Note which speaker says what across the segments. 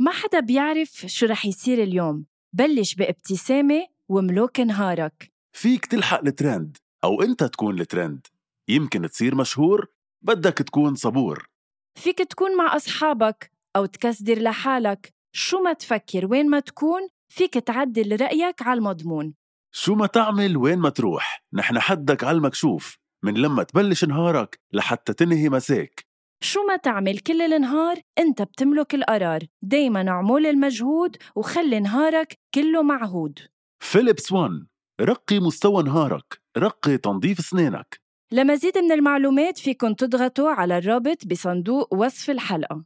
Speaker 1: ما حدا بيعرف شو رح يصير اليوم. بلش بابتسامة وملوك نهارك.
Speaker 2: فيك تلحق الترند أو أنت تكون الترند. يمكن تصير مشهور، بدك تكون صبور.
Speaker 1: فيك تكون مع أصحابك أو تكسدر لحالك. شو ما تفكر وين ما تكون، فيك تعدل رأيك على المضمون.
Speaker 2: شو ما تعمل وين ما تروح، نحن حدك على المكشوف، من لما تبلش نهارك لحتى تنهي مساك.
Speaker 1: شو ما تعمل كل النهار، انت بتملك القرار. دايما اعمل المجهود وخلي نهارك كله معهود.
Speaker 2: فيليبس وان، رقي مستوى نهارك، رقي تنظيف سنينك.
Speaker 1: لمزيد من المعلومات فيكن تضغطوا على الرابط بصندوق وصف الحلقة.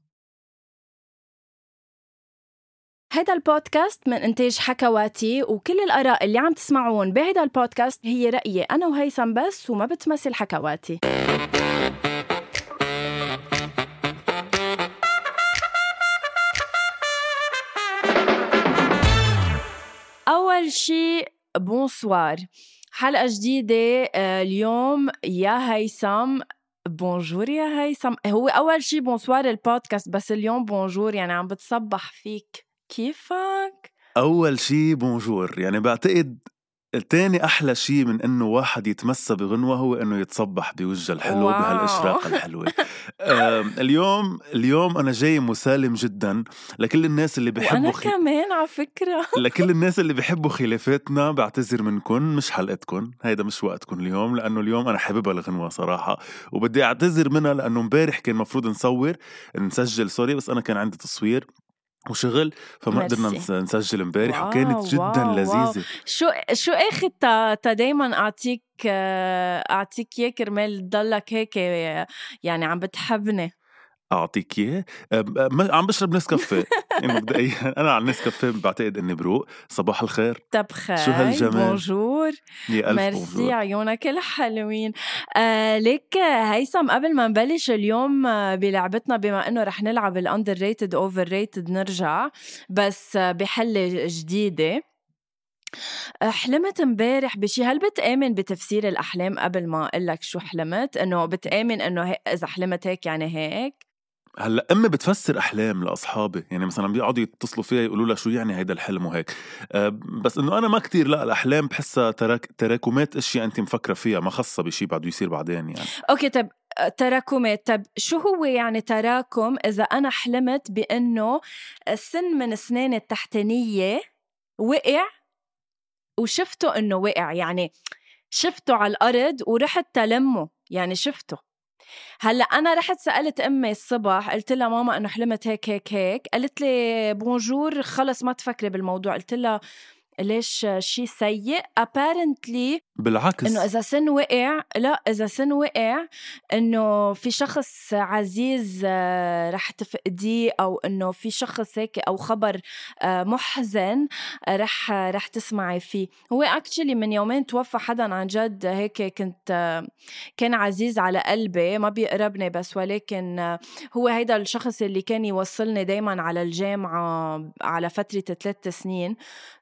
Speaker 1: هيدا البودكاست من إنتاج حكواتي، وكل الآراء اللي عم تسمعون بهيدا البودكاست هي رأيي أنا وهيثم بس، وما بتمثل حكواتي. أول شي بونسوار، حلقة جديدة اليوم يا هيثم. بونجور يا هيثم. هو أول شي بونسوار البودكاست، بس اليوم بونجور يعني عم بتصبح فيك. كيفك؟
Speaker 2: أول شي بونجور، يعني بعتقد التاني أحلى شي من إنه واحد يتمسى بغنوة هو إنه يتصبح بوجه الحلو بهالإشراقة الحلوة. اليوم أنا جاي مسالم جدا لكل الناس اللي بيحبوا
Speaker 1: وأنا كمان على فكرة
Speaker 2: لكل الناس اللي بيحبوا خلافاتنا. بعتذر منكن، مش حلقتكن، هيدا مش وقتكن اليوم، لأنه اليوم أنا حبيبها الغنوة صراحة، وبدي أعتذر منها لأنه مبارح كان مفروض نسجل سوري، بس أنا كان عندي تصوير وشغل فما قدرنا نسجل مبارح. وكانت جدا لذيذة.
Speaker 1: شو اخذ تا دايما اعطيك اياه كرمال تضلك هيك يعني عم بتحبني.
Speaker 2: أعطيك إياه؟ عم بشرب نسكافيه. يعني مبدئيا أنا على النسكافيه بعتقد إني بروق. صباح الخير.
Speaker 1: طب خير.
Speaker 2: شو هالجمال.
Speaker 1: بونجور. ميرسي
Speaker 2: بونجور.
Speaker 1: عيونك الحلوين. ليك هيثم، قبل ما نبلش اليوم بلعبتنا، بما إنه رح نلعب الأندر ريتد أوفر ريتد، نرجع بس بحلة جديدة. حلمت امبارح بشي. هل بتآمن بتفسير الأحلام؟ قبل ما أقلك شو حلمت، إنه بتآمن إنه إذا حلمت هيك يعني هيك؟
Speaker 2: هلا أمي بتفسر أحلام لأصحابي، يعني مثلا بيقعدوا يتصلوا فيها يقولوا لها شو يعني هيدا الحلم وهيك. بس إنه أنا ما كتير. لا، الأحلام بحسها تراكمات أشياء أنت مفكرة فيها، ما خاصة بشي بعده يصير بعدين يعني.
Speaker 1: أوكي، طب تراكمات. طب شو هو يعني تراكم؟ إذا أنا حلمت بأنه سن من أسناني التحتانية وقع وشفته إنه وقع، يعني شفته على الأرض ورحت تلمه، يعني شفته. هلأ أنا رحت سألت أمي الصبح، قلت لها ماما إنه حلمت هيك هيك هيك. قالت لي بونجور، خلص ما تفكري بالموضوع. قلت لها ليش؟ شي سيء؟ apparently
Speaker 2: بالعكس،
Speaker 1: إنه إذا سن وقع، لا إذا سن وقع إنه في شخص عزيز رح تفقديه، أو إنه في شخص هيك أو خبر محزن رح تسمعي فيه. هو actually من يومين توفى حدا عن جد هيك، كان عزيز على قلبي، ما بيقربني بس، ولكن هو هيدا الشخص اللي كان يوصلني دايما على الجامعة على فترة 3 سنين.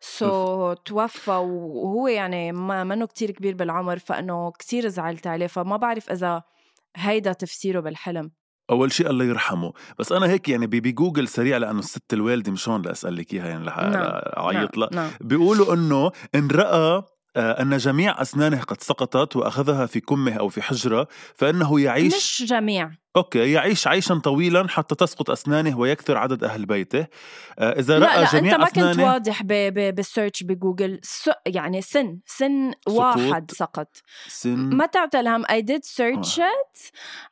Speaker 1: توفى، وهو يعني منه كتير كبير بالعمر، فإنه كتير زعلت عليه. فما بعرف إذا هيدا تفسيره بالحلم.
Speaker 2: أول شيء الله يرحمه. بس أنا هيك يعني بجوجل سريع، لأنه الست الوالدة مشان لأسألك إياها يعني عيط لا. بيقولوا إنه إن رأى أن جميع أسنانه قد سقطت وأخذها في كمه أو في حجرة، فإنه يعيش،
Speaker 1: مش جميع،
Speaker 2: يعيش عيشا طويلا حتى تسقط أسنانه ويكثر عدد أهل بيته. إذا
Speaker 1: لا
Speaker 2: رأى
Speaker 1: لا
Speaker 2: جميع
Speaker 1: أنت ما
Speaker 2: أسنانه،
Speaker 1: كنت واضح بالسيرش بجوجل. يعني سن واحد سقط. ما تعتلهم. I did search it.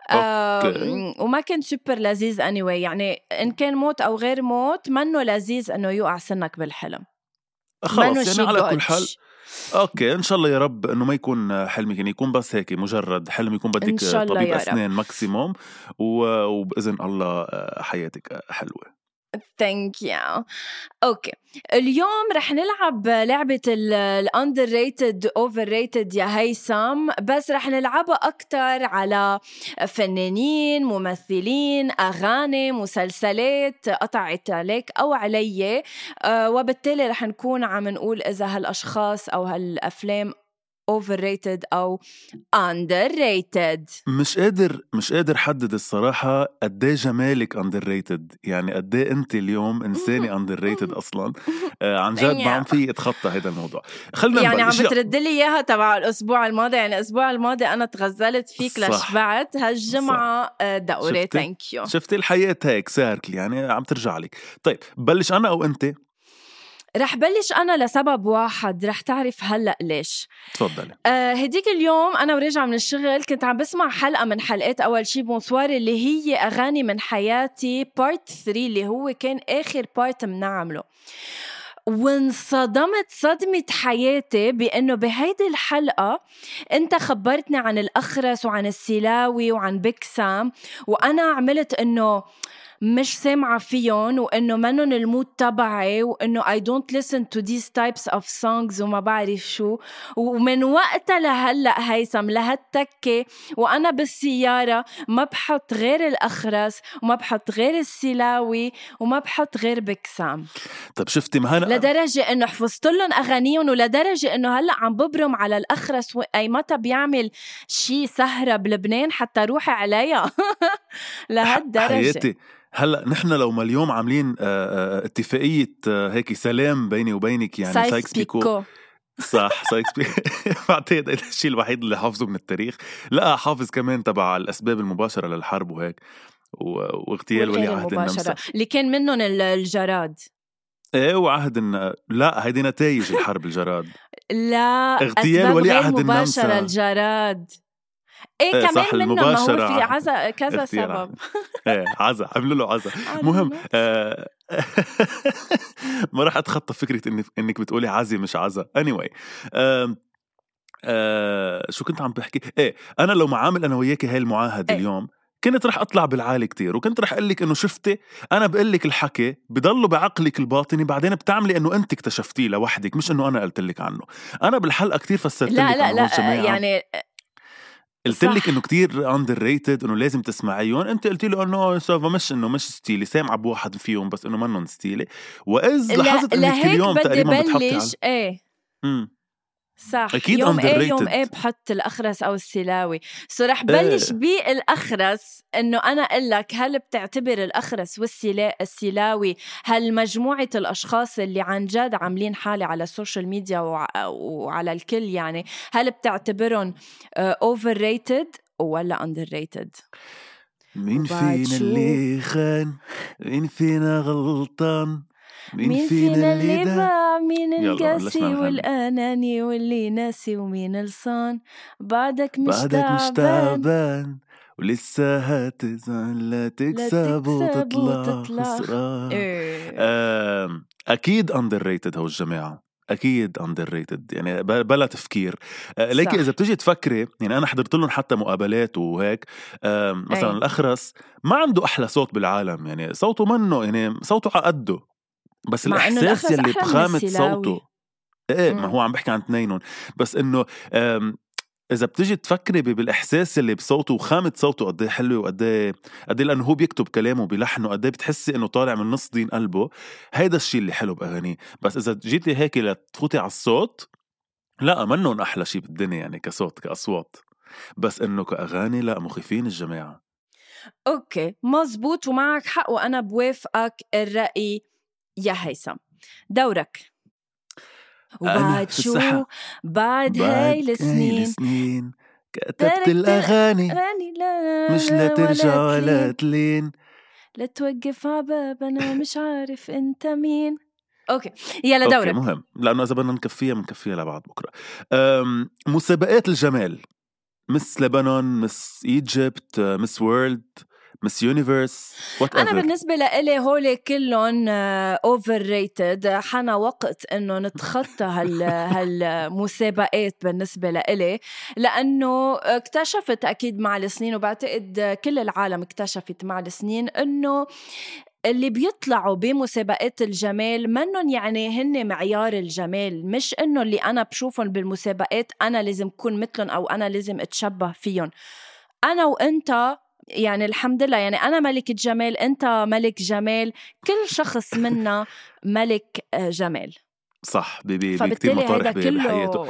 Speaker 1: وما كان سوبر لذيذ anyway. يعني إن كان موت أو غير موت، منه لذيذ إنه يوقع سنك بالحلم.
Speaker 2: خلص يعني على كل حال اوكي، ان شاء الله يا رب انه ما يكون حلمك، يعني يكون بس هيك مجرد حلم، يكون بدك طبيب اسنان ماكسيموم، وباذن الله حياتك حلوه.
Speaker 1: Thank you. اوكي، اليوم رح نلعب لعبة الأندر-rated overrated يا هيثم، بس رح نلعبها أكتر على فنانين، ممثلين، أغاني، مسلسلات قطعت عليك أو علي. وبالتالي رح نكون عم نقول إذا هالأشخاص أو هالأفلام overrated أو underrated.
Speaker 2: مش قادر حدد الصراحة قديه جمالك underrated، يعني قديه أنت اليوم إنساني underrated أصلاً. عن جد ما عم في أتخطى هذا الموضوع. خلينا
Speaker 1: يعني عم
Speaker 2: نبلش.
Speaker 1: بترد لي إياها تبع الأسبوع الماضي، يعني الأسبوع الماضي أنا تغزلت فيك لشبعت، هالجمعة دوري. thank you.
Speaker 2: شفتي الحياة هيك سيركل، يعني عم ترجع لك. طيب بلش أنا أو أنت؟
Speaker 1: رح بلش أنا لسبب واحد، رح تعرف هلأ ليش.
Speaker 2: تفضلي.
Speaker 1: هديك اليوم أنا وراجعة من الشغل كنت عم بسمع حلقة من حلقات أول شي بونسوار اللي هي أغاني من حياتي part 3 اللي هو كان آخر part منعمله، وانصدمت صدمة حياتي بأنه بهيدي الحلقة أنت خبرتني عن الأخرس وعن السلاوي وعن بكسام، وأنا عملت أنه مش سامعة فيهم وإنه منن المود تبعي وإنه I don't listen to these types of songs وما بعرف شو. ومن وقتها لهلأ هيثم لهالتكة وأنا بالسيارة ما بحط غير الأخرس وما بحط غير السلاوي وما بحط غير بكسام.
Speaker 2: طب شفتي مهنا
Speaker 1: لدرجة إنه حفظت لهم أغانيهم، ولدرجة إنه هلأ عم ببرم على الأخرس أي متى بيعمل شي سهرة بلبنان حتى روحي عليها. لهالدرجة
Speaker 2: حياتي. هلا نحن لو ما اليوم عاملين اتفاقية هيك سلام بيني وبينك، يعني سايكس بيكو. صح سايكس بيكو. بعتقد هذا الشيء الوحيد اللي حافظه من التاريخ. لا حافظ كمان تبع الأسباب المباشرة للحرب وهيك واغتيال ولي عهد النمسا
Speaker 1: اللي كان منهم الجراد.
Speaker 2: ايه وعهد لا هيدي نتائج الحرب الجراد.
Speaker 1: لا
Speaker 2: اغتيال ولي عهد النمسا
Speaker 1: الجراد. ايه كمان منه ما هو في عزا كذا سبب.
Speaker 2: ايه عزا عملوا له عزا. مهم ما راح اتخطى فكرة انك بتقولي عزي مش عزا. anyway شو كنت عم بحكي؟ ايه انا لو معامل انا وياكي هاي المعاهد اليوم كنت رح أطلع بالعالي كتير، وكنت رح أقلك إنه شفتي أنا بقلك الحكي بضله بعقلك الباطني، بعدين بتعملي إنه أنت اكتشفتيه لوحدك مش إنه أنا قلتلك عنه. أنا بالحلقة كتير فسرت لك
Speaker 1: لا يعني
Speaker 2: قلتلك إنه كتير underrated إنه لازم تسمعيون. أنت قلتي له إنه سوف مش ستيلي، سامع بواحد فيهم بس إنه منهم ستيلي. وإذ لاحظت إنك كل يوم تقريبا بتحطي على
Speaker 1: إيه صح
Speaker 2: أكيد
Speaker 1: يوم
Speaker 2: يوم
Speaker 1: بحط الأخرس أو السلاوي. رح بلش بالأخرس إنه أنا أقلك هل بتعتبر الأخرس والسلاوي هل مجموعة الأشخاص اللي عن جد عاملين حالة على السوشيال ميديا وعلى الكل، يعني هل بتعتبرهم overrated ولا underrated؟
Speaker 2: مين فينا اللي خان؟ مين فينا غلطان؟
Speaker 1: مين فينا اللي باع؟ مين القاسي والأناني واللي ناسي؟ ومين الصان؟ بعدك مش تعبان
Speaker 2: ولسه هتزعل لا تكسب وتطلع خسران. أكيد underrated هو الجماعة، أكيد underrated يعني بلا تفكير. لكن إذا بتجي تفكري يعني أنا حضرت لهم حتى مقابلات وهيك. مثلا الأخرس ما عنده أحلى صوت بالعالم، يعني صوته منه يعني صوته عقده، بس الإحساس يلي بخامة صوته إيه ما هو عم بحكي عن اثنينهم. بس إنه إذا بتجي تفكري بالإحساس اللي بصوته وخامة صوته قديه حلو وقديه لأنه هو بيكتب كلامه بلحنه قديه بتحسي إنه طالع من نص دين قلبه. هيدا الشيء اللي حلو بأغانيه. بس إذا جيتي هيك لتفوتي على الصوت لا منهم أحلى شيء بالدنيا يعني كصوت كأصوات، بس إنه كأغاني لا مخيفين الجماعة.
Speaker 1: أوكي مزبوط ومعك حق وأنا بوافقك الرأي يا هيثم. دورك. وبعد شو بعد هاي السنين
Speaker 2: كتبت الأغاني مش لا ترجع ولا تلين،
Speaker 1: لا توقف عبابنا مش عارف انت مين. اوكي يلا دورك.
Speaker 2: أوكي مهم لأنه إذا بدنا نكفيها لبعض بكرة. مسابقات الجمال مس لبنان، مس إيجيبت، مس وورلد، مس يونيفرس
Speaker 1: أنا بالنسبة لإلي هولي كلهم overrated. حان وقت إنه نتخطى هالمسابقات بالنسبة لإلي، لأنه اكتشفت أكيد مع السنين وبعتقد كل العالم اكتشفت مع السنين إنه اللي بيطلعوا بمسابقات الجمال منن يعني هن معيار الجمال، مش إنه اللي أنا بشوفهم بالمسابقات أنا لازم كون مثلهم أو أنا لازم أتشبه فيهم. أنا وإنت يعني الحمد لله يعني أنا ملكة جمال، أنت ملك جمال، كل شخص منا ملك جمال.
Speaker 2: صح بكتير مطارح بحياته.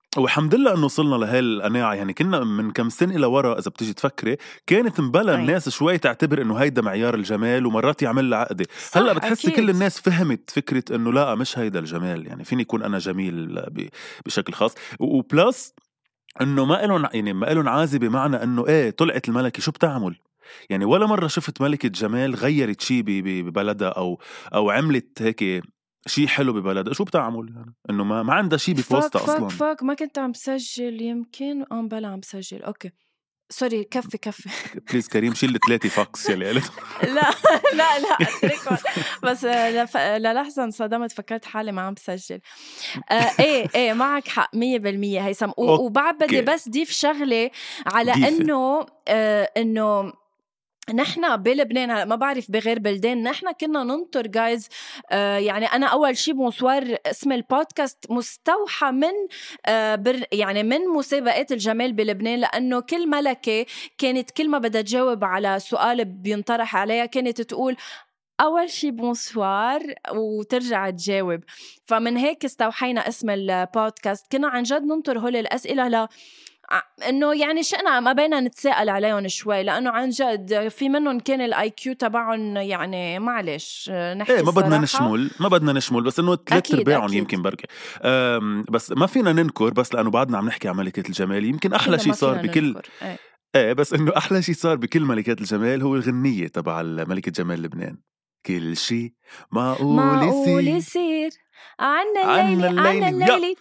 Speaker 2: والحمد لله انه وصلنا لهي القناعه. يعني كنا من كم سنه لورا اذا بتيجي تفكري كانت مبلا الناس شوي تعتبر انه هيدا معيار الجمال ومرات يعمل لها عقده. هلا بتحسي كل الناس فهمت فكره انه لا مش هيدا الجمال، يعني فيني يكون انا جميل بشكل خاص. وبلس انه ما لهم عازه، بمعنى انه ايه طلعت الملكه شو بتعمل؟ يعني ولا مره شفت ملكه جمال غيرت شيء ببلدها او عملت هيك شيء حلو ببلدها. شو بتعمل يعني؟ انه ما عندها شيء ببوستها اصلا.
Speaker 1: فاك ما كنت عم سجل، يمكن بلا عم سجل. اوكي سوري، كفي
Speaker 2: بليز كريم شيل 3 فاكس يلي قلت.
Speaker 1: لا اتركهم بس للحظه انصدمت، فكرت حالي ما عم بسجل. ايه معك حق 100% هيثم. وبعد بدي بس ضيف شغله على انه نحن بلبنان، هلا ما بعرف بغير بلدان، نحن كنا ننطر جايز. يعني أنا أول شي بونسوار اسم البودكاست مستوحى من يعني من مسابقات الجمال بلبنان، لأنه كل ملكة كانت كل ما بدها تجاوب على سؤال بينطرح عليها كانت تقول أول شي بونسوار وترجع تجاوب. فمن هيك استوحينا اسم البودكاست. كنا عن جد ننطر هول الأسئلة انه يعني شئنا ما بينا نتساءل عليهم شوي، لانه عن جد في منهم كان الاي كيو تبعهم يعني معلش نحكي
Speaker 2: ايه ما بدنا نشمل بس انه 3/4 يمكن بركة. بس ما فينا ننكر، بس لانه بعدنا عم نحكي عن ملكة الجمال. يمكن احلى شيء صار بكل ايه بس انه احلى شيء صار بكل ملكات الجمال هو الغنية تبع ملكة جمال لبنان. كل شيء معقول يصير
Speaker 1: عنا الليلي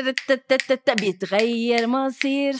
Speaker 1: بيتغير مصير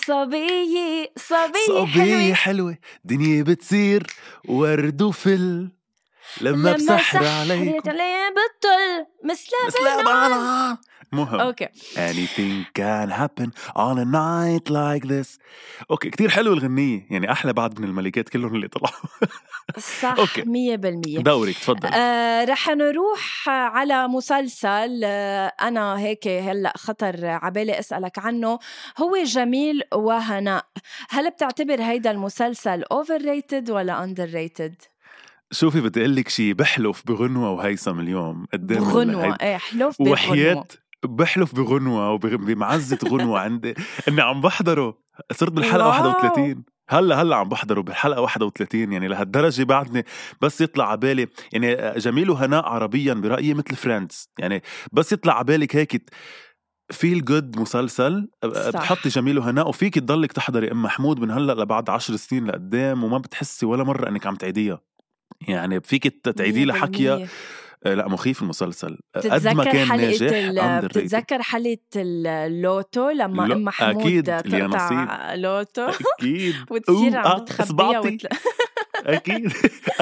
Speaker 1: صبية حلوة
Speaker 2: دنيا بتصير ورد وفل لما بسحر عليكم
Speaker 1: بطل مثل
Speaker 2: بنان. مهم
Speaker 1: اوكي
Speaker 2: anything can happen on a night like this. اوكي كتير حلو الغنية، يعني احلى بعد من الملكات كلهم اللي طلعوا.
Speaker 1: صح 100%.
Speaker 2: دورك تفضل.
Speaker 1: رح نروح على مسلسل أنا هيك هلأ خطر عبالي أسألك عنه، هو جميل وهناء. هل بتعتبر هيدا المسلسل overrated ولا underrated؟
Speaker 2: شوفي بدي أقلك شي، بحلف بغنوة وهيثم اليوم قدام
Speaker 1: بغنوة حلف بغنوة
Speaker 2: وحياة بحلف بغنوة وبمعزة غنوة عندي إني عم بحضره. صرت بالحلقة 31 هلا عم بحضره بالحلقة 31. يعني لهالدرجة بعدني بس يطلع عبالي يعني جميل وهناء عربيا برأيي مثل فريندز. يعني بس يطلع عبالك هيك فيل جود مسلسل بتحطي جميل وهناء وفيك تضلك تحضري أم محمود من هلا لبعد 10 سنين لقدام وما بتحسي ولا مرة إنك عم تعيديها. يعني فيك تعيدي لها حكيها. لا مخيف المسلسل قد ما كان ناجح.
Speaker 1: بتتذكر حلقة اللوتو لما أم محمود تقطع لوتو
Speaker 2: أكيد
Speaker 1: وتصير عم بتخبيها
Speaker 2: أكيد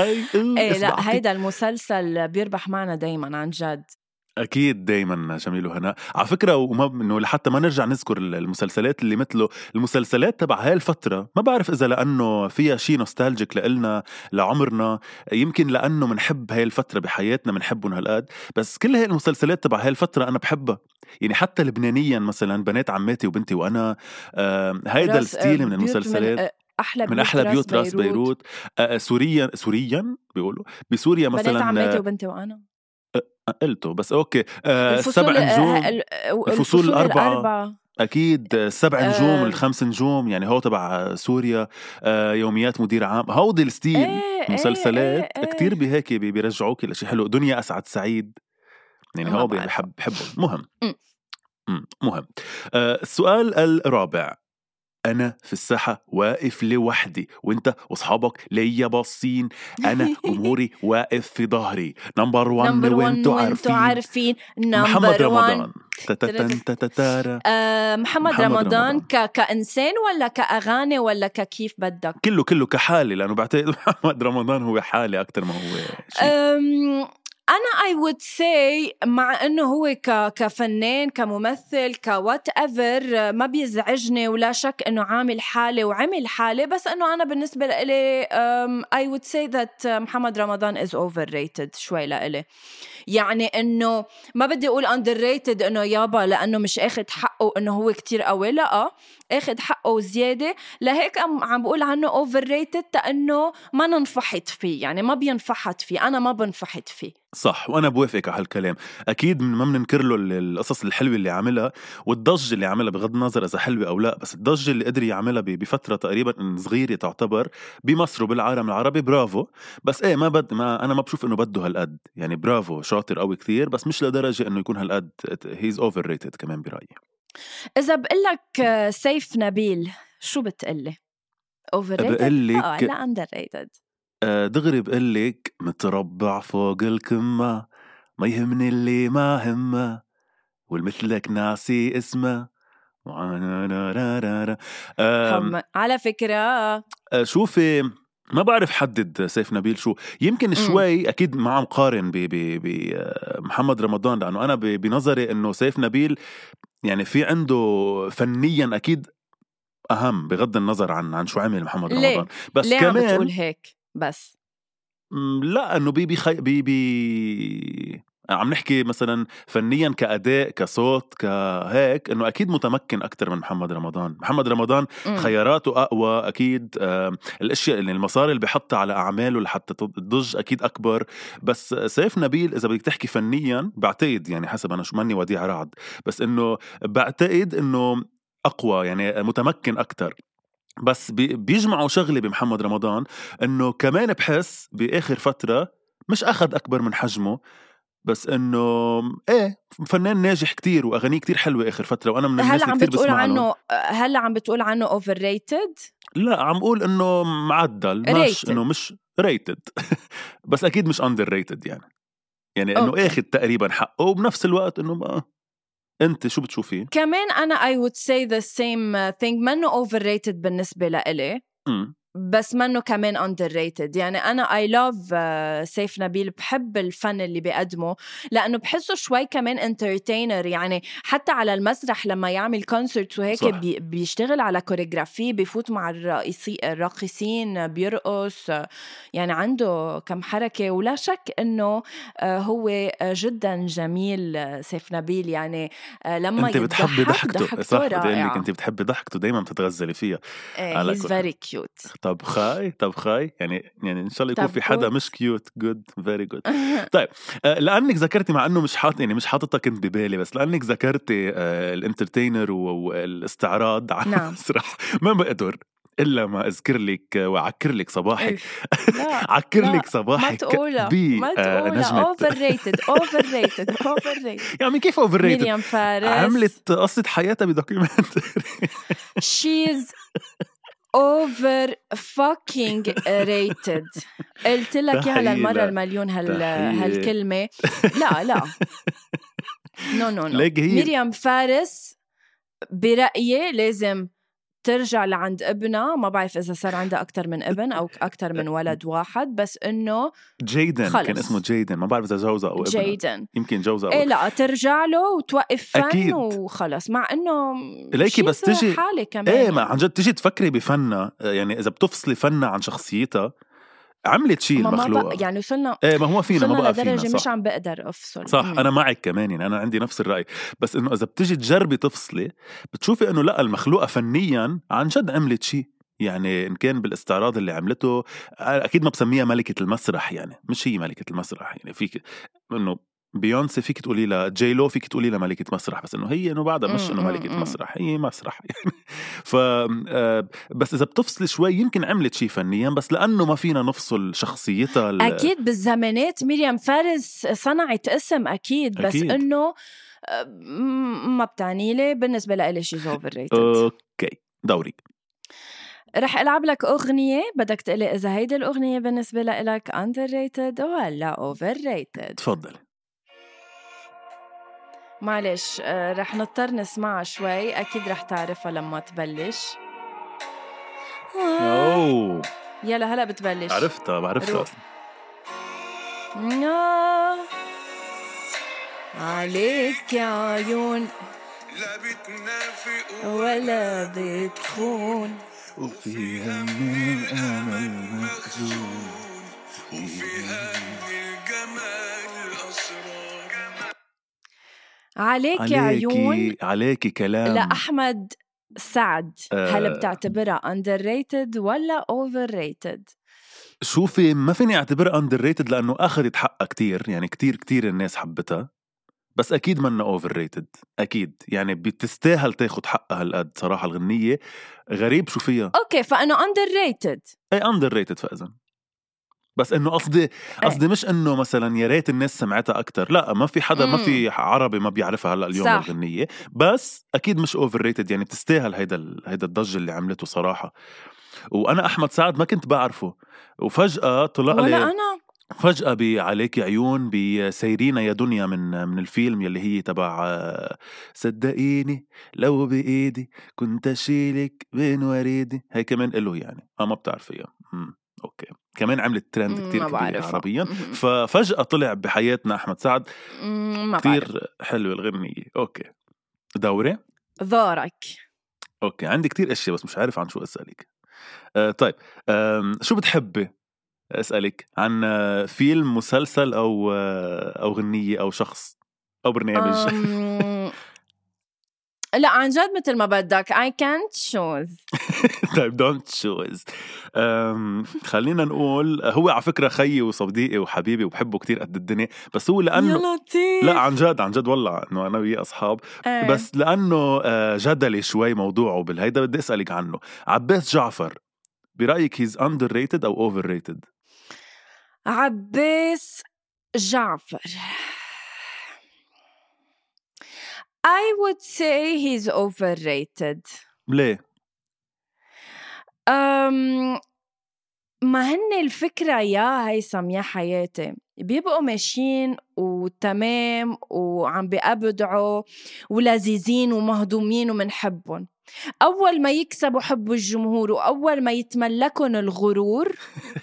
Speaker 1: لا هيدا المسلسل بيربح معنا دايما عن جد.
Speaker 2: أكيد دايما جميل وهناء على فكرة. وما إنه لحتى ما نرجع نذكر المسلسلات اللي مثله المسلسلات تبع هاي الفترة، ما بعرف إذا لأنه فيها شيء نوستالجيك لإلنا لعمرنا، يمكن لأنه منحب هاي الفترة بحياتنا منحبهم هالقد. بس كل هاي المسلسلات تبع هاي الفترة أنا بحبها. يعني حتى لبنانيا مثلا بنات عماتي وبنتي وأنا، هيدا الستيل من المسلسلات من أحلى بيوت راس بيروت. سوريا بيقولوا بسوريا مثلا
Speaker 1: بنات عماتي وبنتي وأنا
Speaker 2: قلته بس أوكي. 7 نجوم الفصول الأربعة أكيد 7 نجوم 5 نجوم يعني هو تبع سوريا. يوميات مدير عام هودي الستيل مسلسلات كتير بهيك بيرجعوك لشي حلو. دنيا أسعد سعيد يعني هو بحبه. مهم. السؤال الرابع. أنا في الساحة واقف لوحدي وإنت وأصحابك ليا باصين. أنا جمهوري واقف في ظهري. نمبر 1 وإنتوا عارفين. محمد رمضان.
Speaker 1: محمد رمضان كإنسان ولا كأغاني ولا ككيف بدك؟
Speaker 2: كله كحالي، لأنه بعتقد محمد رمضان هو حالي أكتر ما هو شيء.
Speaker 1: أنا I would say مع إنه هو كفنان كممثل whatever ما بيزعجني ولا شك إنه عامل حالة وعمل حالة، بس إنه أنا بالنسبة لي I would say that محمد رمضان is overrated شوي لإلي. يعني إنه ما بدي أقول underrated إنه يابا لأنه مش أخذ حقه حقه إنه هو كتير قوي، لا أخد حقه زيادة. لهيك عم بقول عنه overrated، لأنه ما ننفحت فيه، يعني ما بينفحت فيه، أنا ما بنفحت فيه.
Speaker 2: صح، وأنا بوافق على هالكلام. أكيد ما بننكر له القصص الحلوة اللي عملها والضجة اللي عملها، بغض النظر إذا حلوة أو لا، بس الضجة اللي قدر يعملها بفترة تقريبا صغيرة تعتبر بمصر وبالعالم العربي، برافو. بس إيه، أنا ما بشوف إنه بده هالقد، يعني برافو شاطر قوي كتير، بس مش لدرجة إنه يكون هالقد. he's overrated كمان برأيي.
Speaker 1: إذا بقلك سيف نبيل شو بتقلي؟ overrated؟
Speaker 2: بقلك
Speaker 1: لا underrated.
Speaker 2: دغري بقلك متربع فوق الكمة، ما يهمني اللي ما همه، والمثلك ناسي اسمه.
Speaker 1: على فكرة
Speaker 2: شوفي، ما بعرف حدد سيف نبيل شو، يمكن شوي أكيد معه مقارن بمحمد رمضان، لأنه أنا بنظري أنه سيف نبيل يعني في عنده فنيا أكيد أهم، بغض النظر عن شو عمل محمد رمضان. بس
Speaker 1: ليه
Speaker 2: كمان
Speaker 1: عم بتقول هيك؟ بس
Speaker 2: لا، أنه عم نحكي مثلا فنيا كأداء كصوت كهيك، انه اكيد متمكن اكتر من محمد رمضان. محمد رمضان خياراته اقوى اكيد، الاشياء اللي المصاري اللي بيحطها على اعماله لحتى تضج اكيد اكبر. بس سيف نبيل اذا بدك تحكي فنيا بعتقد، يعني حسب انا شو ماني وديع رعد، بس انه بعتقد انه اقوى، يعني متمكن اكتر. بس بيجمعوا شغلة بمحمد رمضان، انه كمان بحس باخر فترة مش اخذ اكبر من حجمه، بس انه ايه فنان ناجح كتير واغانيه كتير حلوه اخر فتره، وانا من الناس اللي كتير بسمع له.
Speaker 1: هل عم بتقول عنه overrated؟
Speaker 2: لا، عم قول انه معدل، مش انه مش rated بس اكيد مش underrated، يعني انه اخذ تقريبا حقه، وبنفس الوقت انه ما. انت شو بتشوفين؟
Speaker 1: كمان انا I would say the same thing، منه overrated بالنسبه لإلي، بس منه كمان underrated. يعني أنا I love سيف نبيل، بحب الفن اللي بيقدمه، لأنه بحسه شوي كمان entertainer. يعني حتى على المسرح لما يعمل كونسرت وهيك بيشتغل على كوريغرافي، بيفوت مع الراقصين بيرقص، يعني عنده كم حركة. ولا شك أنه هو جدا جميل سيف نبيل، يعني لما
Speaker 2: انت بتحبي ضحكته، صح؟ بدي اقول لك انت بتحبي ضحكته، دايما بتتغزلي فيها.
Speaker 1: he's very cute.
Speaker 2: طب خاي يعني ان شاء الله يكون في حدا مش كيوت. جود، فيري جود. طيب لانك ذكرتي، مع انه مش حاططها كنت ببالي، بس لانك ذكرتي الانترتينر والاستعراض على المسرح، ما بقدر إلا ما أذكر لك وعكر لك صباحك. عكر لك صباحك.
Speaker 1: ما تقولها overrated.
Speaker 2: يعني كيف overrated؟
Speaker 1: ميريام فارس
Speaker 2: عملت قصة حياتها بدوكيومنتري.
Speaker 1: she's over fucking rated. قلت لك يا للمرة المليون هالكلمة. لا نو ميريام فارس برأيي لازم ترجع لعند ابنها. ما بعرف إذا صار عندها أكتر من ابن أو أكتر من ولد واحد، بس إنه
Speaker 2: جيدن خلص. كان اسمه جيدن، ما بعرف إذا جوزها أو ابنها.
Speaker 1: جيدن
Speaker 2: يمكن جوزها أو
Speaker 1: إيه، لا ترجع له وتوقف فن
Speaker 2: أكيد.
Speaker 1: وخلص. مع إنه
Speaker 2: ليكي بس تجي
Speaker 1: حالة كمان
Speaker 2: إيه
Speaker 1: يعني.
Speaker 2: ما عن جد تجي تفكري بفنها، يعني إذا بتفصلي فنها عن شخصيتها عملت شيء المخلوقة.
Speaker 1: يعني وصلنا
Speaker 2: ما هو فينا ما بقى فينا،
Speaker 1: صح. مش عم بقدر أفصل،
Speaker 2: صح. أنا معك كمان، يعني أنا عندي نفس الرأي. بس إنه إذا بتجي تجربي تفصلي بتشوفي إنه لا، المخلوقة فنيا عن جد عملت شيء. يعني إن كان بالاستعراض اللي عملته، أكيد ما بسميها ملكة المسرح، يعني مش هي ملكة المسرح. يعني فيك إنه بيونسي فيك تقولي لها، جايلو فيك تقولي لها ملكة مسرح، بس إنه هي إنه بعدها مش إنه ملكة مسرح، هي مسرح يعني. بس إذا بتفصل شوي يمكن عملت شيء فنيا، بس لأنه ما فينا نفصل شخصيتها
Speaker 1: أكيد بالزمانات ميريام فارس صنعت اسم أكيد. بس إنه ما بتعني لي، بالنسبة لإلي she's overrated.
Speaker 2: أوكي، دوري.
Speaker 1: رح ألعب لك أغنية، بدك تقلي إذا هيدا الأغنية بالنسبة لإلك underrated ولا overrated.
Speaker 2: تفضل.
Speaker 1: معلش رح نضطر نسمعها شوي، أكيد رح تعرفها لما تبلش. يلا هلا بتبلش.
Speaker 2: بعرفتها أصلا.
Speaker 1: عليك يا عيون لا بتنافق ولا بتخون،
Speaker 2: وفيها من الأمل مخزون،
Speaker 1: وفيها من الجمال الأسرار. عليكي عيون
Speaker 2: عليكي كلام
Speaker 1: لأحمد سعد. هل بتعتبرها underrated ولا overrated؟
Speaker 2: شوفي ما فيني اعتبرها underrated لأنه أخذت حقها كتير، يعني كتير الناس حبتها، بس أكيد منا overrated أكيد، يعني بتستاهل تاخد حقها هالقد صراحة. الغنية غريب شو فيها.
Speaker 1: أوكي فأنا underrated.
Speaker 2: أي underrated فإذن، بس إنه قصدي مش إنه مثلا يا ريت الناس سمعتها أكتر، لا ما في حدا ما في عربي ما بيعرفها هلا اليوم الغنية، بس أكيد مش overrated، يعني بتستاهل هيدا الضجة اللي عملته صراحة. وأنا أحمد سعد ما كنت بعرفه، وفجأة طلع لي
Speaker 1: ولا أنا
Speaker 2: فجأة بعليكي عيون بسيرينا يا دنيا من الفيلم يلي هي تبع صدقيني لو بإيدي كنت أشيلك بين وريدي، هي كمان إله يعني ما بتعرفيها. أوكي كمان عملت ترند كتير كبير عربيا. ففجأة طلع بحياتنا أحمد سعد، كتير حلوة الغنية. أوكي
Speaker 1: دورك.
Speaker 2: أوكي عندي كتير أشياء بس مش عارف عن شو أسألك. طيب شو بتحبي أسألك عن فيلم مسلسل أو غنية أو شخص أو برنامج؟
Speaker 1: لا عن جد مثل ما بدك. I can't choose.
Speaker 2: طيب don't choose. خلينا نقول هو على فكرة خيي وصديقي وحبيبي وبحبه كتير قد الدنيا، بس هو لأنه لا عن جد والله إنه أنا وياه أصحاب. بس لأنه جدلي شوي موضوعه بالهيدا بدي أسألك عنه. عباس جعفر برأيك he's underrated أو overrated؟
Speaker 1: عباس جعفر I would say he's overrated.
Speaker 2: ليه؟
Speaker 1: ما هن الفكرة يا هيثم يا حياتي بيبقوا ماشيين وتمام وعم بيأبدعوا ولذيذين ومهضومين ومنحبهم، أول ما يكسبوا حب الجمهور وأول ما يتملكون الغرور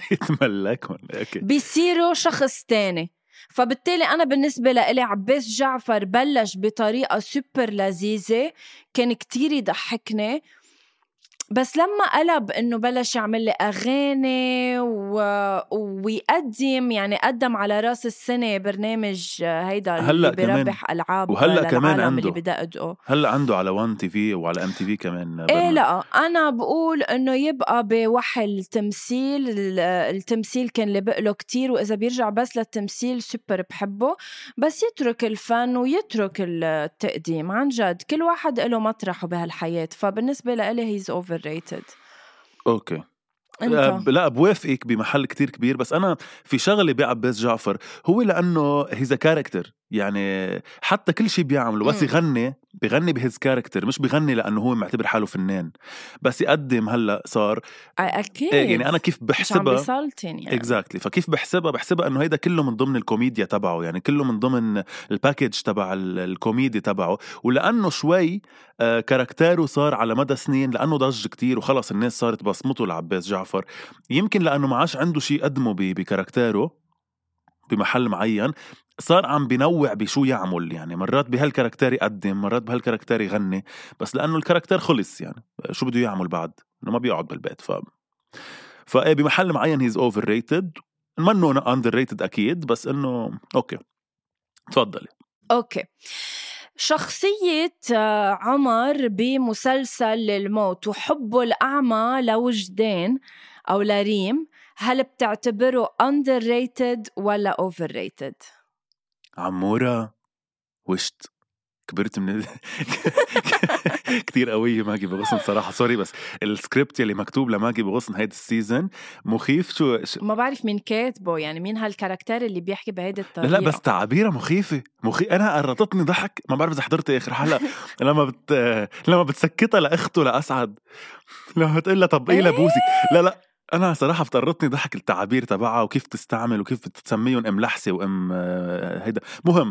Speaker 1: بيصيروا شخص تاني. فبالتالي أنا بالنسبة لإلي عباس جعفر بلش بطريقة سوبر لذيذة كان كتير يضحكني، بس لما قلب إنه بلش يعمل لي أغاني ويقدم يعني قدم على رأس السنة برنامج هيدا اللي بيربح ألعاب
Speaker 2: وهلأ كمان عنده
Speaker 1: اللي بدأ
Speaker 2: هلأ عنده على 1 TV وعلى MTV كمان.
Speaker 1: إيه لا أنا بقول إنه يبقى بوحي التمثيل كان لبقله كتير، وإذا بيرجع بس للتمثيل سوبر بحبه، بس يترك الفن ويترك التقديم. عن جد كل واحد له مطرحه بهالحياة، فبالنسبة لإلي he's overrated.
Speaker 2: أوكي لا بوافقك بمحل كتير كبير، بس أنا في شغلة بعباس جعفر هو لأنه هيز كاركتر، يعني حتى كل شيء بيعمله بس بيغني بهيز كاركتر، مش بيغني لأنه هو معتبر حاله فنان بس يقدم. هلأ صار
Speaker 1: أكيد
Speaker 2: يعني أنا كيف بحسبها
Speaker 1: يعني.
Speaker 2: exactly. فكيف بحسبها أنه هيدا كله من ضمن الكوميديا تبعه، يعني كله من ضمن الباكيج تبع الكوميدي تبعه. ولأنه شوي كاركتره صار على مدى سنين لأنه ضج كتير وخلص الناس صارت بصمته لعباس جعفر، يمكن لأنه ما عاش عنده شيء قدمه بكاركتره بمحل معين، صار عم بينوع بشو يعمل، يعني مرات بهالكاركتر يقدم مرات بهالكاركتر يغني، بس لأنه الكاركتر خلص يعني شو بده يعمل بعد، إنه ما بيقعد بالبيت. فإيه بمحل معين he's overrated، منه underrated أكيد، بس إنه أوكي تفضلي.
Speaker 1: أوكي شخصية عمر بمسلسل للموت وحبه الأعمى لوجدان أو لريم، هل بتعتبره underrated ولا overrated؟
Speaker 2: عمورة وشت كبرت من كتير قوية ماجي بغصن صراحة، سوري بس السكريبت يلي مكتوب لماجي بغصن هيدا السيزن مخيف. شو
Speaker 1: ما بعرف مين كاتبه، يعني مين هالكاركتر اللي بيحكي بهيدا الطريقة.
Speaker 2: لا بس تعابيره مخيفة أنا قرطتني ضحك. ما بعرف إذا حضرت آخر حلقة لما بتسكتها لأخته لأسعد لما بتقول لها طب إيه لبوسك، لا أنا صراحة بتقرطني ضحك التعابير تبعها وكيف تستعمل وكيف بتسميهم أم لحسة وأم هيدا. مهم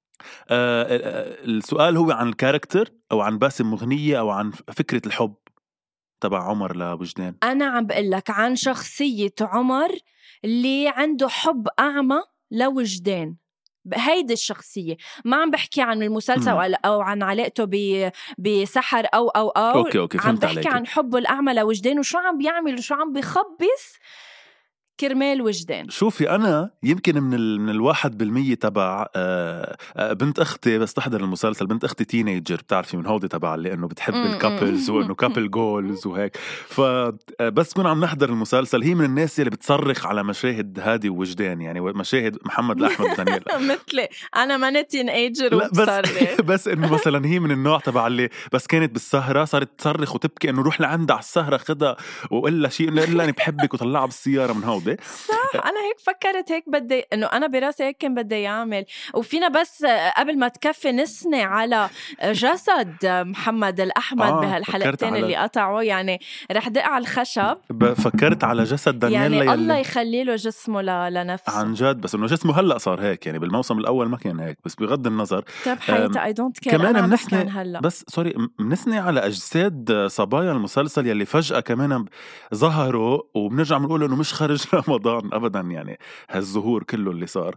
Speaker 2: السؤال هو عن الكاركتر أو عن باسم مغنية أو عن فكرة الحب تبع عمر لوجدان؟ أنا
Speaker 1: عم بقول لك عن شخصية عمر اللي عنده حب أعمى لوجدان، هيدي الشخصية. ما عم بحكي عن المسلسل أو عن علاقته بسحر أو
Speaker 2: أوكي
Speaker 1: عم بحكي عن حبه الأعمى لوجدان وشو عم بيعمل وشو عم بيخبص كرمال وجدان.
Speaker 2: شوفي أنا يمكن من 1% تبع بنت أختي بس تحضر المسلسل. بنت أختي تينيجر بتعرفي من هودي تبع اللي إنه بتحب الكابلز وإنه كابل جولز وهيك. فبس كنا عم نحضر المسلسل هي من الناس اللي بتصرخ على مشاهد هادي ووجدان، يعني مشاهد محمد الأحمد ودانيال.
Speaker 1: مثلي أنا ما تينيجر وبصرخ.
Speaker 2: بس إنه مثلا هي من النوع تبع اللي بس كانت بالسهرة صارت تصرخ وتبكي إنه روح لعندها على السهرة خدها وإلا شيء إلا أنا بحبك وطلعها بالسيارة من هودي.
Speaker 1: صح، أنا هيك فكرت هيك بدي إنه أنا براسي هيك كان بدي يعمل. وفينا بس قبل ما تكفي نسني على جسد محمد الأحمد بهالحلقتين اللي قطعوا، يعني رح دق على الخشب.
Speaker 2: فكرت على جسد دانيال
Speaker 1: يعني الله يخلي له جسمه لنفسه
Speaker 2: عن جد، بس إنه جسمه هلأ صار هيك، يعني بالموسم الأول ما كان هيك. بس بغض النظر
Speaker 1: طب حياتي I don't care
Speaker 2: كمان منسني بس سوري منسني على أجساد صبايا المسلسل يلي فجأة كمان ظهروا وبنرجع بنقول إنه مش خارج رمضان أبدا، يعني هالظهور كله اللي صار.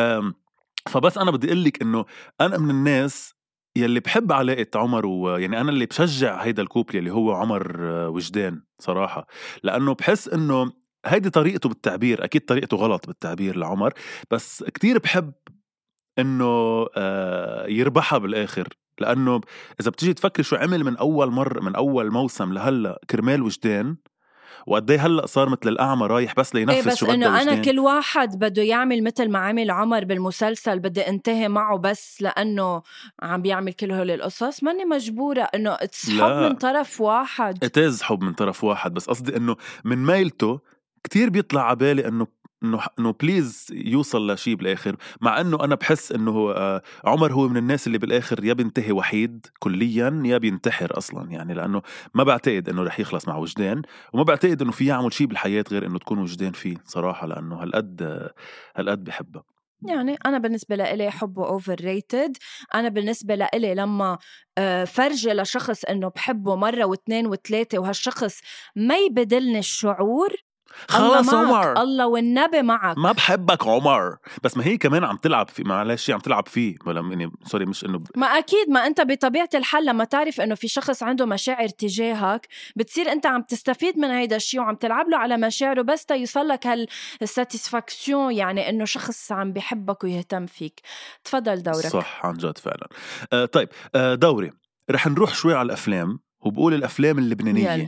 Speaker 2: فبس أنا بدي أقولك إنه أنا من الناس يلي بحب علاقة عمر يعني أنا اللي بشجع هيدا الكوبل اللي هو عمر وجدان صراحة، لأنه بحس إنه هيدي طريقته بالتعبير. أكيد طريقته غلط بالتعبير لعمر، بس كتير بحب إنه يربحها بالآخر. لأنه إذا بتيجي تفكر شو عمل من أول موسم لهلأ كرمال وجدان، وقديه هلأ صار مثل الأعمى رايح بس لينفذ
Speaker 1: بس
Speaker 2: شو بده
Speaker 1: إنه
Speaker 2: وجدان.
Speaker 1: أنا كل واحد بده يعمل مثل ما عمل عمر بالمسلسل بدي انتهي معه بس لأنه عم بيعمل كل هول القصص. ماني مجبورة إنه حب من طرف واحد.
Speaker 2: اتاز حب من طرف واحد، بس قصدي إنه من ميلته كتير بيطلع عبالي إنه بليز يوصل لشي بالآخر. مع إنه أنا بحس إنه عمر هو من الناس اللي بالآخر يا بينتهي وحيد كليا يا بينتحر أصلا، يعني لأنه ما بعتقد إنه رح يخلص مع وجدان، وما بعتقد إنه في يعمل شي بالحياة غير إنه تكون وجدان فيه صراحة، لأنه هالقد بحبه.
Speaker 1: يعني أنا بالنسبة لإلي حبه overrated. أنا بالنسبة لإلي لما فرجي لشخص إنه بحبه مرة واثنين وثلاثة وهالشخص ما يبدلني الشعور،
Speaker 2: خلاص عمر
Speaker 1: الله والنبي معك،
Speaker 2: ما بحبك عمر. بس ما هي كمان عم تلعب فيه، معلش عم تلعب فيه، ولا يعني سوري مش إنه
Speaker 1: ما أكيد ما أنت بطبيعة الحال لما تعرف إنه في شخص عنده مشاعر تجاهك بتصير أنت عم تستفيد من هيدا الشيء وعم تلعب له على مشاعره بس تيوصلك هالساتيسفاكسيون، يعني إنه شخص عم بيحبك ويهتم فيك. تفضل دورك.
Speaker 2: صح عن جد فعلا. طيب دوري رح نروح شوي على الأفلام، وبقول الأفلام اللبنانية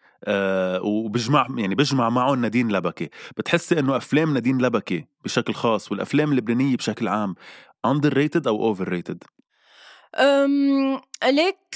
Speaker 2: وبجمع معه نادين لبكي. بتحسي إنه أفلام نادين لبكي بشكل خاص والأفلام اللبنانية بشكل عام underrated أو overrated؟
Speaker 1: ليك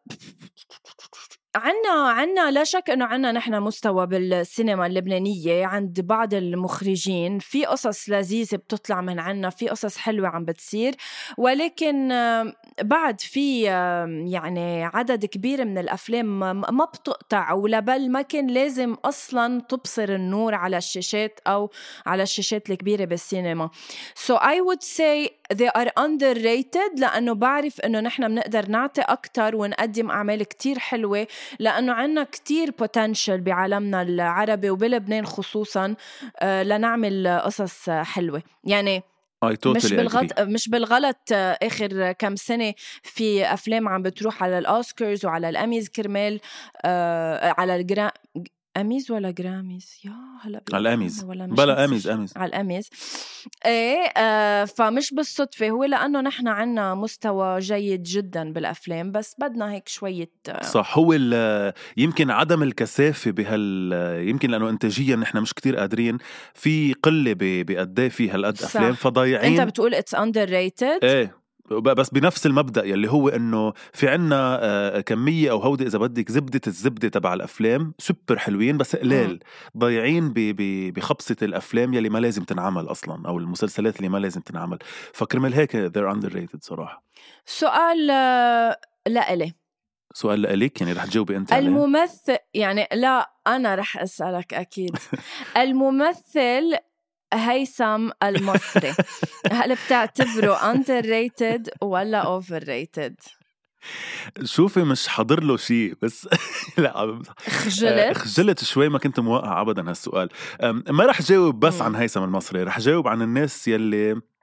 Speaker 1: عنا لا شك إنه عنا نحن مستوى بالسينما اللبنانية عند بعض المخرجين، في قصص لذيذة بتطلع من عنا، في قصص حلوة عم بتصير، ولكن بعد في يعني عدد كبير من الأفلام ما بتقطع ولا بل ما كان لازم أصلاً تبصر النور على الشاشات أو على الشاشات الكبيرة بالسينما. So I would say they are underrated، لأنه بعرف إنه نحن بنقدر نعطي أكتر ونقدم أعمال كتير حلوة، لأنه عنا كتير potential بعالمنا العربي وبلبنان خصوصاً لنعمل قصص حلوة. يعني مش بالغلط آخر كم سنة في أفلام عم بتروح على الأوسكارز وعلى الأميز كرمال على أميز ولا جراميز يا هلا
Speaker 2: على الأميز بلا أميز
Speaker 1: على الأميز. إيه فمش بالصدفة، هو لأنه نحن عنا مستوى جيد جدا بالأفلام بس بدنا هيك شوية
Speaker 2: صح. هو يمكن عدم الكثافة يمكن لأنه إنتاجيا نحن مش كتير قادرين، في قلة بقديه في هالقد أفلام فضايعين.
Speaker 1: أنت بتقول it's underrated.
Speaker 2: إيه بس بنفس المبدأ يلي هو إنه في عنا كمية أو هودة إذا بدك الزبدة تبع الأفلام سوبر حلوين بس قليل ضايعين بخبصة الأفلام يلي ما لازم تنعمل أصلا أو المسلسلات اللي ما لازم تنعمل. فكرمال هيك they're underrated صراحة.
Speaker 1: سؤال لإلي.
Speaker 2: سؤال لإليك يعني رح تجاوبي أنت
Speaker 1: الممثل يعني لا أنا رح أسألك أكيد. الممثل هيثم المصري هل بتعتبره underrated ولا overrated؟
Speaker 2: شوفي مش حضر له شيء بس لا خجلت شوي، ما كنت موقع أبدا هالسؤال. ما رح جاوب بس عن هيثم المصري، رح جاوب عن الناس يلي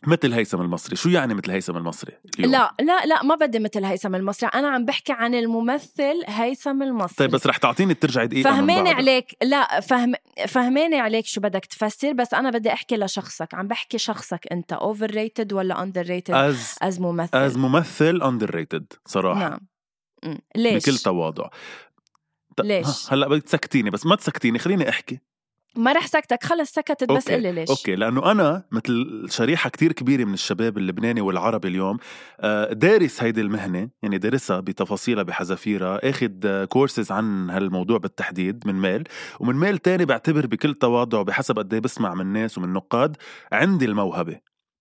Speaker 2: مثل هيثم المصري. شو يعني مثل هيثم المصري اليوم؟
Speaker 1: لا ما بدي مثل هيثم المصري، أنا عم بحكي عن الممثل هيثم المصري.
Speaker 2: طيب بس رح تعطيني ترجعي دقيقة
Speaker 1: فهماني عليك. لا فهماني عليك شو بدك تفسر، بس أنا بدي أحكي لشخصك، عم بحكي شخصك أنت overrated ولا underrated as
Speaker 2: ممثل underrated صراحة.
Speaker 1: نعم. ليش؟
Speaker 2: بكل تواضع.
Speaker 1: ليش؟
Speaker 2: هلأ بدك تسكتيني، بس ما تسكتيني، خليني أحكي.
Speaker 1: ما رح سكتك، خلص سكتت. بس قلي ليش.
Speaker 2: أوكي، لأنه أنا مثل شريحة كتير كبيرة من الشباب اللبناني والعربي اليوم دارس هيدي المهنة، يعني دارسها بتفاصيلها بحذافيرها، أخذ كورسز عن هالموضوع بالتحديد من ميل، ومن ميل تاني بعتبر بكل تواضع بحسب قد ايه بسمع من الناس ومن نقاد عندي الموهبة.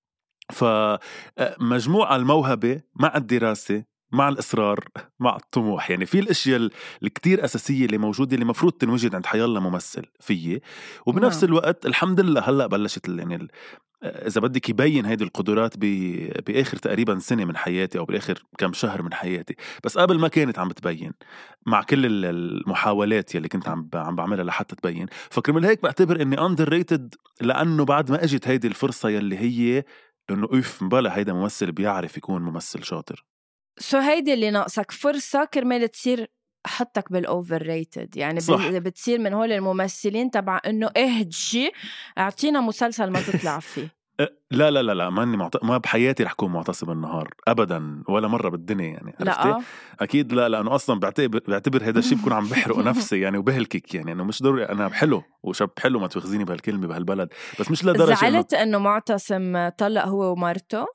Speaker 2: فمجموعة الموهبة مع الدراسة مع الإصرار مع الطموح، يعني في الأشياء الكتير أساسية اللي موجودة اللي مفروض تنوجد عند حيالله ممثل فيه. وبنفس الوقت الحمد لله هلأ بلشت يعني إذا بدك يبين هيدي القدرات بآخر تقريبا سنة من حياتي أو بالآخر كم شهر من حياتي، بس قبل ما كانت عم بتبين مع كل المحاولات يلي كنت عم بعملها لحتى تبين. فكرمال هيك بعتبر إني underrated، لأنه بعد ما أجت هيدي الفرصة يلي هي إنه مبلا هيدا ممثل بيعرف يكون ممثل شاطر.
Speaker 1: هيدي اللي ناقصك، فرصة كرمال تصير حطك بالأوفر ريتد. يعني بتصير من هول الممثلين تبع إنه اهدشي اعطينا مسلسل ما تطلع فيه.
Speaker 2: لا ما بحياتي رح كون معتصم النهار أبدا ولا مرة بالدنيا، يعني عرفتي؟ أكيد لا، لأنه أصلا بعتبر هذا الشيء بكون عم بحرق نفسي يعني وبهلكك، يعني أنه مش ضروري أنا بحلو وشاب حلو، ما تفخزيني بهالكلمة بهالبلد، بس مش لدرجة.
Speaker 1: زعلت إنه معتصم طلق هو ومارته؟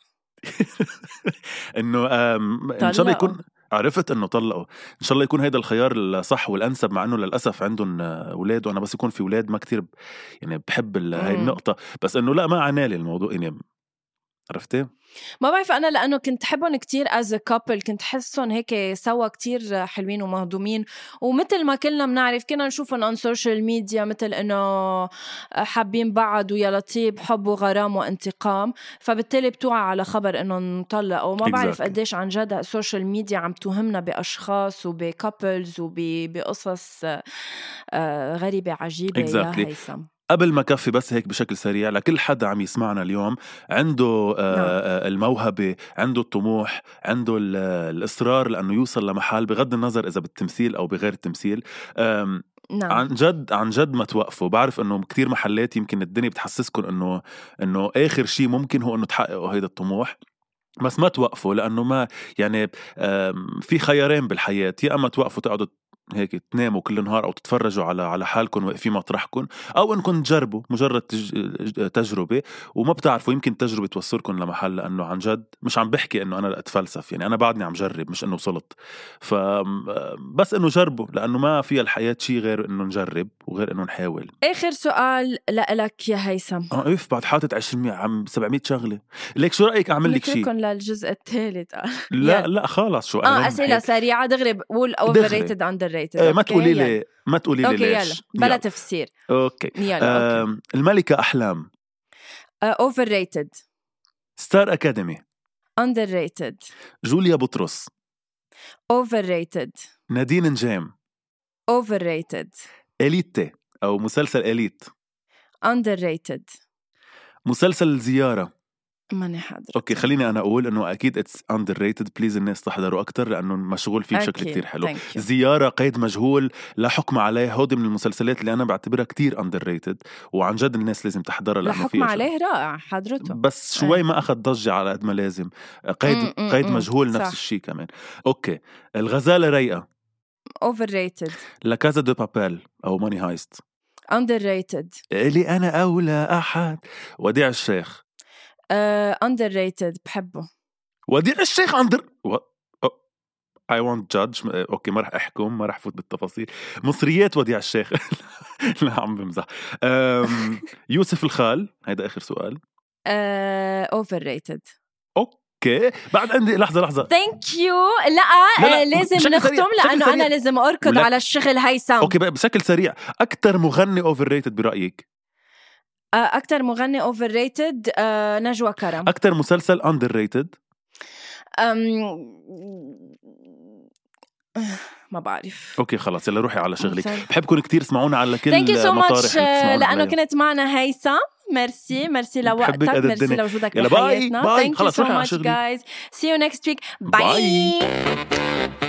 Speaker 2: إنه إن شاء الله يكون عرفت إنه طلقوا، إن شاء الله يكون هيدا الخيار الصح والأنسب، مع إنه للأسف عندهم أولاد وأنا بس يكون في أولاد ما كتير يعني بحب هاي النقطة، بس إنه لا ما عنالي الموضوع يعني عرفتي؟
Speaker 1: ما بعرف أنا، لأنه كنت حبهم كتير as a couple، كنت حسهم هيك سوا كتير حلوين ومهضومين، ومثل ما كلنا بنعرف كنا نشوفهم on social media مثل إنه حابين بعض ويا لطيب حب وغرام وانتقام، فبالتالي بتوعى على خبر إنه نطلقوا. وما بعرف قديش عن جد السوشيال ميديا عم توهمنا بأشخاص وبكابلز وبقصص غريبة عجيبة. يا هيثم
Speaker 2: قبل ما كفي بس هيك بشكل سريع لكل حدا عم يسمعنا اليوم، عنده الموهبة، عنده الطموح، عنده الإصرار لأنه يوصل لمحل بغض النظر إذا بالتمثيل أو بغير التمثيل. عن جد ما توقفوا. بعرف إنه كتير محلات يمكن الدنيا بتحسسكم إنه آخر شيء ممكن هو إنه تحققوا هيدا الطموح، بس ما توقفوا، لأنه ما يعني في خيارين بالحياة، يا أما توقفوا تقعدوا هيك تناموا كل نهار أو تتفرجوا على حالكم واقفين مطرحكم، أو إنكم تجربوا مجرد تجربة وما بتعرفوا يمكن تجربة توصلكم لمحل. لأنه عن جد مش عم بحكي إنه أنا أتفلسف، يعني أنا بعدني عم جرب، مش إنه وصلت، فبس إنه جربوا، لأنه ما فيها الحياة شيء غير إنه نجرب وغير إنه نحاول.
Speaker 1: آخر سؤال لك يا هيثم.
Speaker 2: بعد حاطت 700 شغلة، ليك شو رأيك أعمل لك شيء؟
Speaker 1: نتركن للجزء الثالث.
Speaker 2: لا خلاص شو
Speaker 1: أسئلة سريعة دغري، بقول overrated underrated.
Speaker 2: ما تقولي لي ليش.
Speaker 1: بلا تفسير.
Speaker 2: اوكي الملكة أحلام
Speaker 1: overrated.
Speaker 2: ستار أكاديمي
Speaker 1: underrated.
Speaker 2: جوليا بطرس
Speaker 1: overrated.
Speaker 2: نادين نجام
Speaker 1: overrated.
Speaker 2: إليتي أو مسلسل إليت
Speaker 1: underrated.
Speaker 2: مسلسل زيارة
Speaker 1: ماني حاضر.
Speaker 2: اوكي خليني انا اقول انه اكيد اتس underrated، بليز الناس تحضروا اكتر لانه مشغول فيه بشكل كتير حلو. زيارة قيد مجهول لا حكم عليه، هودي من المسلسلات اللي انا بعتبرها كتير underrated وعن جد الناس لازم تحضرها
Speaker 1: لا حكم عليه رائع حضرته،
Speaker 2: بس شوي ما اخذ ضجة على قد ما لازم. قيد مجهول نفس الشيء كمان. اوكي الغزالة رايقة
Speaker 1: overrated.
Speaker 2: لا كازا دو بابيل او ماني هايست
Speaker 1: underrated.
Speaker 2: اللي انا اولى احد. وديع الشيخ
Speaker 1: underrated، بحبه.
Speaker 2: وديع الشيخ I won't judge. اوكي ما رح احكم، ما رح فوت بالتفاصيل. مصريات وديع الشيخ لا عم بمزح. يوسف الخال، هيدا اخر سؤال.
Speaker 1: overrated.
Speaker 2: اوكي بعد عندي لحظة
Speaker 1: ثانك يو. لا لازم نختم لانه انا لازم اركض على الشغل. هيثم
Speaker 2: اوكي بشكل سريع، اكتر مغني overrated برأيك؟
Speaker 1: اكتر مغني overrated نجوى كرم.
Speaker 2: اكتر مسلسل underrated؟
Speaker 1: ما بعرف.
Speaker 2: اوكي خلاص يلا روحي على شغلك. بحبكم كتير، اسمعونا على كل
Speaker 1: مطارح
Speaker 2: so
Speaker 1: لانه كنت معنا هيثم ميرسي
Speaker 2: بحبك
Speaker 1: لوقتك،
Speaker 2: قد
Speaker 1: ميرسي
Speaker 2: الدنيا.
Speaker 1: لوجودك
Speaker 2: يلا باي
Speaker 1: بحياتنا.
Speaker 2: باي.
Speaker 1: Thank you
Speaker 2: خلص
Speaker 1: so
Speaker 2: روحي على
Speaker 1: much
Speaker 2: شغلي.
Speaker 1: guys. See you next week.
Speaker 2: باي.
Speaker 1: Bye.